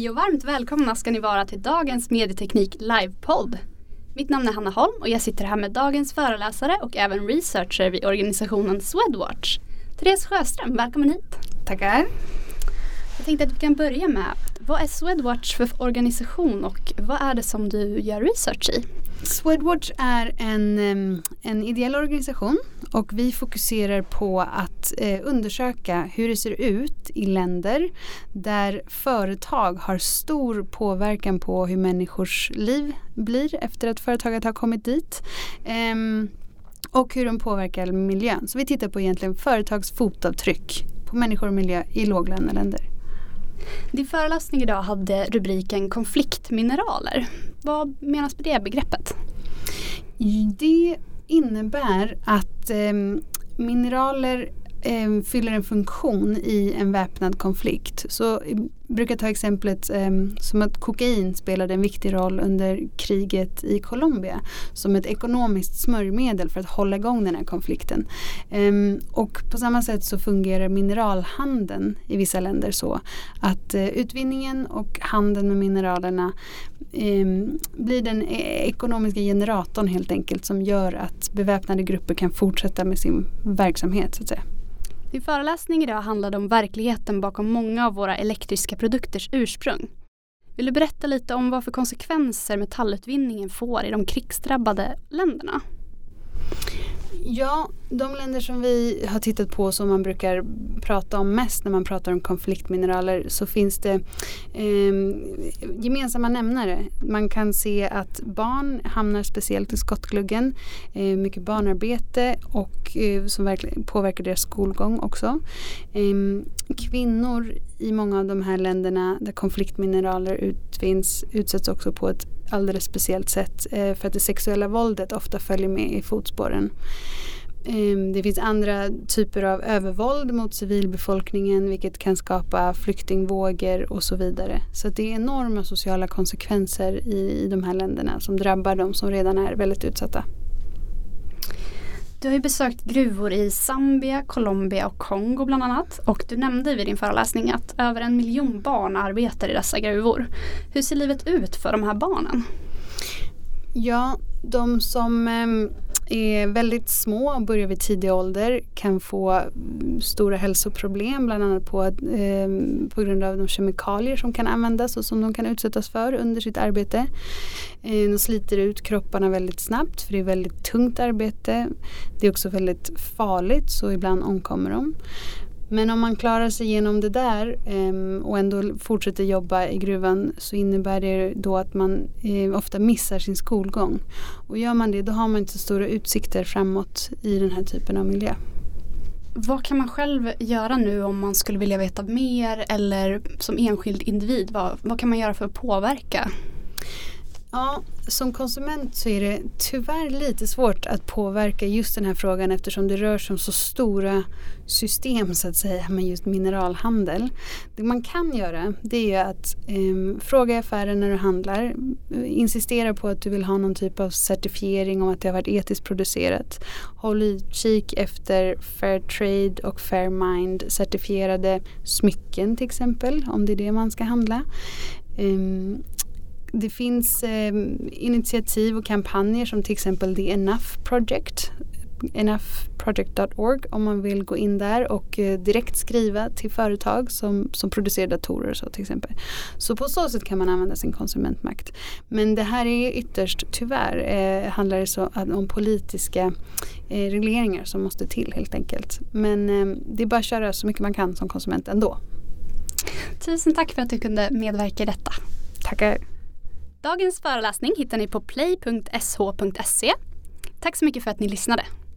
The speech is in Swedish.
Hej och varmt välkomna ska ni vara till dagens Medieteknik livepodd. Mitt namn är Hanna Holm och jag sitter här med dagens föreläsare och även researcher vid organisationen Swedwatch. Therese Sjöström, välkommen hit. Tackar. Jag tänkte att vi kan börja med, vad är Swedwatch för organisation och vad är det som du gör research i? Swedwatch är en ideell organisation och vi fokuserar på att undersöka hur det ser ut i länder där företag har stor påverkan på hur människors liv blir efter att företaget har kommit dit. Och hur de påverkar miljön. Så vi tittar på egentligen företags fotavtryck på människor och miljö i låglöneländer. Din föreläsning idag hade rubriken konfliktmineraler. Vad menas med det begreppet? Det innebär att mineraler fyller en funktion i en väpnad konflikt. Så jag brukar ta exemplet som att kokain spelade en viktig roll under kriget i Colombia som ett ekonomiskt smörjmedel för att hålla igång den här konflikten. Och på samma sätt så fungerar mineralhandeln i vissa länder så att utvinningen och handeln med mineralerna blir den ekonomiska generatorn helt enkelt som gör att beväpnade grupper kan fortsätta med sin verksamhet så att säga. Din föreläsning idag handlade om verkligheten bakom många av våra elektriska produkters ursprung. Vill du berätta lite om vad för konsekvenser metallutvinningen får i de krigsdrabbade länderna? Ja, de länder som vi har tittat på som man brukar prata om mest när man pratar om konfliktmineraler så finns det gemensamma nämnare. Man kan se att barn hamnar speciellt i skottgluggen, mycket barnarbete och som verkligen påverkar deras skolgång också. Kvinnor i många av de här länderna där konfliktmineraler utvinns utsätts också på ett alldeles speciellt sätt för att det sexuella våldet ofta följer med i fotspåren. Det finns andra typer av övervåld mot civilbefolkningen vilket kan skapa flyktingvågor och så vidare. Så det är enorma sociala konsekvenser i de här länderna som drabbar de som redan är väldigt utsatta. Du har ju besökt gruvor i Zambia, Colombia och Kongo bland annat. Och du nämnde vid din föreläsning att över 1 miljon barn arbetar i dessa gruvor. Hur ser livet ut för de här barnen? Ja, de som är väldigt små och börjar vid tidig ålder kan få stora hälsoproblem bland annat på grund av de kemikalier som kan användas och som de kan utsättas för under sitt arbete. De sliter ut kropparna väldigt snabbt för det är väldigt tungt arbete. Det är också väldigt farligt så ibland omkommer de. Men om man klarar sig igenom det där och ändå fortsätter jobba i gruvan så innebär det då att man ofta missar sin skolgång. Och gör man det då har man inte så stora utsikter framåt i den här typen av miljö. Vad kan man själv göra nu om man skulle vilja veta mer eller som enskild individ? Vad kan man göra för att påverka? Ja, som konsument så är det tyvärr lite svårt att påverka just den här frågan eftersom det rör sig om så stora system så att säga med just mineralhandel. Det man kan göra det är att fråga affären när du handlar, insistera på att du vill ha någon typ av certifiering om att det har varit etiskt producerat. Håll utkik efter Fairtrade och Fairmind certifierade smycken till exempel om det är det man ska handla. Det finns initiativ och kampanjer som till exempel The Enough Project, enoughproject.org om man vill gå in där och direkt skriva till företag som producerar datorer så till exempel. Så på så sätt kan man använda sin konsumentmakt. Men det här är ytterst tyvärr handlar det så om politiska regleringar som måste till helt enkelt. Men det är bara att köra så mycket man kan som konsument ändå. Tusen tack för att du kunde medverka i detta. Tackar. Dagens föreläsning hittar ni på play.sh.se. Tack så mycket för att ni lyssnade.